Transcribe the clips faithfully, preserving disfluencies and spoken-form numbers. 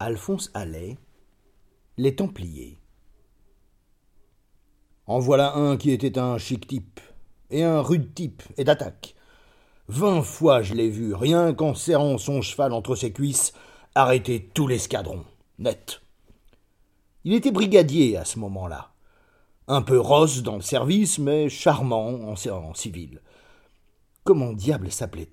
Alphonse Allais, Les Templiers. En voilà un qui était un chic type, et un rude type, et d'attaque. Vingt fois je l'ai vu, rien qu'en serrant son cheval entre ses cuisses, arrêter tout l'escadron, net. Il était brigadier à ce moment-là. Un peu rosse dans le service, mais charmant en, en civil. Comment diable s'appelait-il ?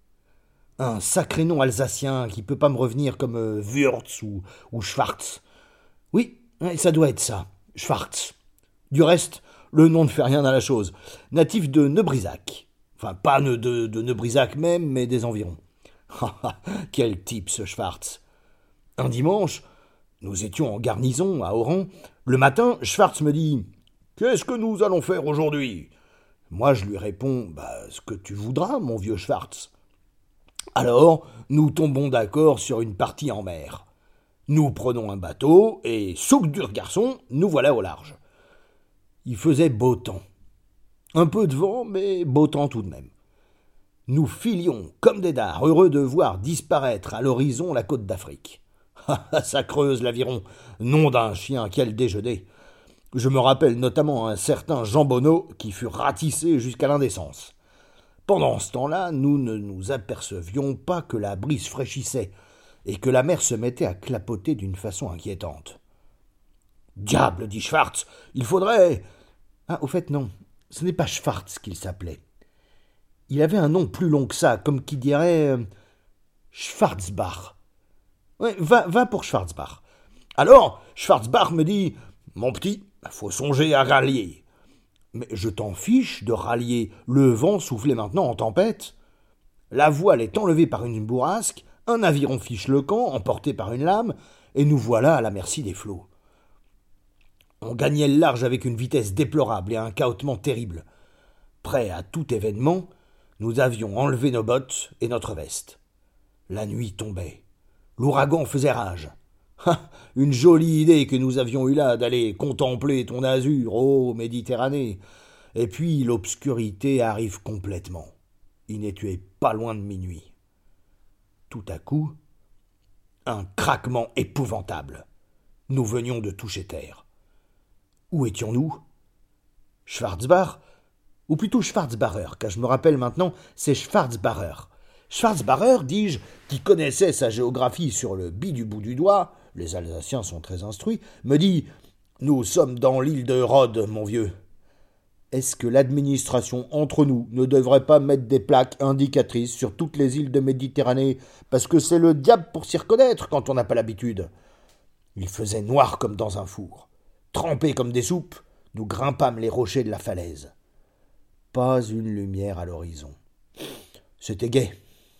Un sacré nom alsacien qui peut pas me revenir comme euh, Wurz ou, ou Schwarz. Oui, ça doit être ça, Schwarz. Du reste, le nom ne fait rien à la chose. Natif de Neubrisac. Enfin, pas de, de, de Neubrisac même, mais des environs. Quel type ce Schwarz. Un dimanche, nous étions en garnison à Oran. Le matin, Schwarz me dit « Qu'est-ce que nous allons faire aujourd'hui ?» Moi, je lui réponds bah, « Ce que tu voudras, mon vieux Schwarz. » Alors, nous tombons d'accord sur une partie en mer. Nous prenons un bateau et, souque dur garçon, nous voilà au large. Il faisait beau temps. Un peu de vent, mais beau temps tout de même. Nous filions comme des dards, heureux de voir disparaître à l'horizon la côte d'Afrique. Ça creuse l'aviron, nom d'un chien, quel déjeuner. Je me rappelle notamment un certain Jean Bonneau qui fut ratissé jusqu'à l'indécence. Pendant ce temps-là, nous ne nous apercevions pas que la brise fraîchissait et que la mer se mettait à clapoter d'une façon inquiétante. « Diable, dit Schwarz, il faudrait… » Ah, au fait, non, ce n'est pas Schwarz qu'il s'appelait. Il avait un nom plus long que ça, comme qui dirait euh, Schwarzbach. Ouais, va, va pour Schwarzbach. Alors, Schwarzbach me dit « Mon petit, faut songer à rallier. » Mais je t'en fiche de rallier, le vent soufflait maintenant en tempête. La voile est enlevée par une bourrasque, un aviron fiche le camp, emporté par une lame, et nous voilà à la merci des flots. On gagnait le large avec une vitesse déplorable et un cahotement terrible. Prêts à tout événement, nous avions enlevé nos bottes et notre veste. La nuit tombait. L'ouragan faisait rage. Ah, une jolie idée que nous avions eue là d'aller contempler ton azur, ô Méditerranée. Et puis l'obscurité arrive complètement. Il n'était pas loin de minuit. Tout à coup, un craquement épouvantable. Nous venions de toucher terre. Où étions-nous ? Schwarzbach ? Ou plutôt Schwarzbacher, car je me rappelle maintenant, c'est Schwarzbacher. Schwarzbacher, dis-je, qui connaissait sa géographie sur le bit du bout du doigt, les Alsaciens sont très instruits, me dit « Nous sommes dans l'île de Rhodes, mon vieux. » Est-ce que l'administration, entre nous, ne devrait pas mettre des plaques indicatrices sur toutes les îles de Méditerranée, parce que c'est le diable pour s'y reconnaître quand on n'a pas l'habitude ? Il faisait noir comme dans un four. Trempés comme des soupes, nous grimpâmes les rochers de la falaise. Pas une lumière à l'horizon. C'était gai.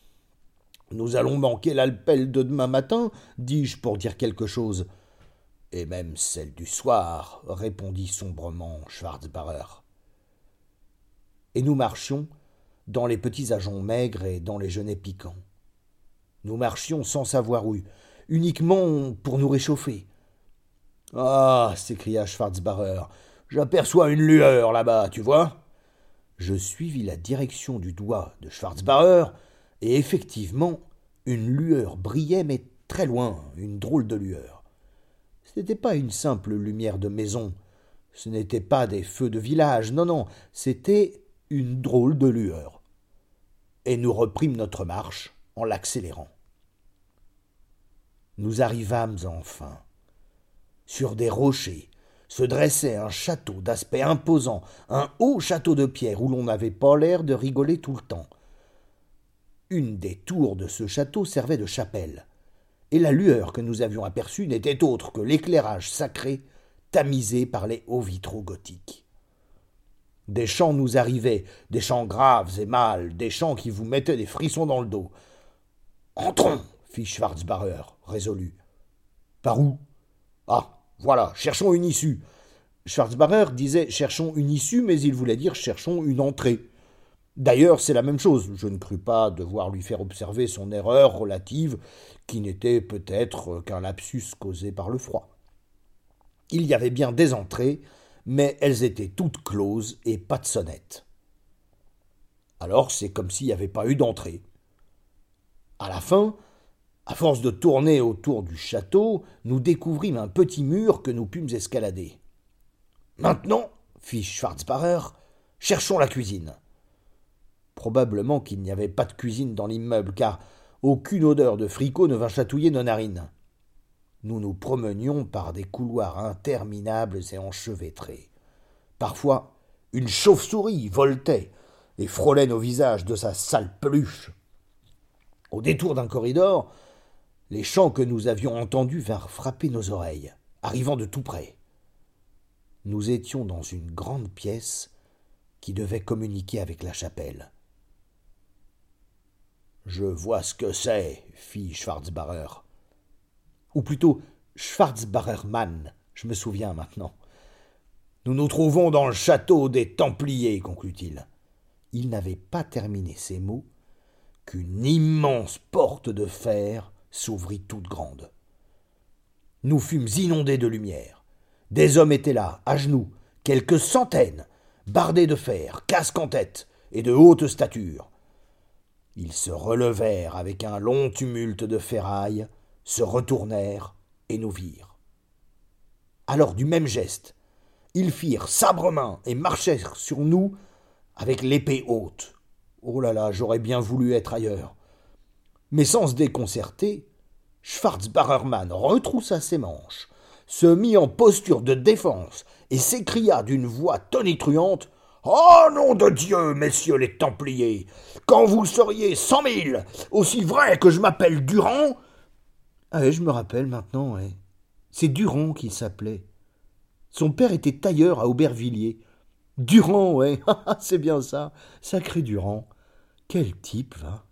Nous allons manquer l'alpelle de demain matin, dis-je pour dire quelque chose. Et même celle du soir, répondit sombrement Schwarzbacher. Et nous marchions dans les petits ajoncs maigres et dans les genêts piquants. Nous marchions sans savoir où, uniquement pour nous réchauffer. Ah, s'écria Schwarzbacher, j'aperçois une lueur là-bas, tu vois ? Je suivis la direction du doigt de Schwarzbacher, et effectivement, une lueur brillait, mais très loin, une drôle de lueur. Ce n'était pas une simple lumière de maison, ce n'était pas des feux de village, non, non, c'était une drôle de lueur. Et nous reprîmes notre marche en l'accélérant. Nous arrivâmes enfin. Sur des rochers se dressait un château d'aspect imposant, un haut château de pierre où l'on n'avait pas l'air de rigoler tout le temps. Une des tours de ce château servait de chapelle, et la lueur que nous avions aperçue n'était autre que l'éclairage sacré tamisé par les hauts vitraux gothiques. Des chants nous arrivaient, des chants graves et mâles, des chants qui vous mettaient des frissons dans le dos. « Entrons !» fit Schwarzbacher, résolu. « Par où ?»« Ah, voilà, cherchons une issue. » Schwarzbacher disait « cherchons une issue », mais il voulait dire « cherchons une entrée ». D'ailleurs, c'est la même chose. Je ne crus pas devoir lui faire observer son erreur relative, qui n'était peut-être qu'un lapsus causé par le froid. Il y avait bien des entrées, mais elles étaient toutes closes et pas de sonnette. Alors c'est comme s'il n'y avait pas eu d'entrée. À la fin, À force de tourner autour du château, nous découvrîmes un petit mur que nous pûmes escalader. « Maintenant, fit Schwarzbarer, cherchons la cuisine. » Probablement qu'il n'y avait pas de cuisine dans l'immeuble, car aucune odeur de fricot ne vint chatouiller nos narines. Nous nous promenions par des couloirs interminables et enchevêtrés. Parfois, une chauve-souris voltait et frôlait nos visages de sa sale peluche. Au détour d'un corridor, les chants que nous avions entendus vinrent frapper nos oreilles, arrivant de tout près. Nous étions dans une grande pièce qui devait communiquer avec la chapelle. « Je vois ce que c'est, fit Schwarzbarer. Ou plutôt Schwarzbarermann, je me souviens maintenant. Nous nous trouvons dans le château des Templiers, conclut-il. Il n'avait pas terminé ces mots qu'une immense porte de fer s'ouvrit toute grande. Nous fûmes inondés de lumière. Des hommes étaient là, à genoux, quelques centaines, bardés de fer, casques en tête et de haute stature. Ils se relevèrent avec un long tumulte de ferraille, se retournèrent et nous virent. Alors, du même geste, ils firent sabre-main et marchèrent sur nous avec l'épée haute. Oh là là, j'aurais bien voulu être ailleurs. Mais sans se déconcerter, Schwarzbarermann retroussa ses manches, se mit en posture de défense et s'écria d'une voix tonitruante « Oh, nom de Dieu, messieurs les Templiers, quand vous seriez cent mille, aussi vrai que je m'appelle Durand… » Ah oui, je me rappelle maintenant, ouais. C'est Durand qu'il s'appelait. Son père était tailleur à Aubervilliers. Durand, ouais, c'est bien ça, sacré Durand. Quel type, va.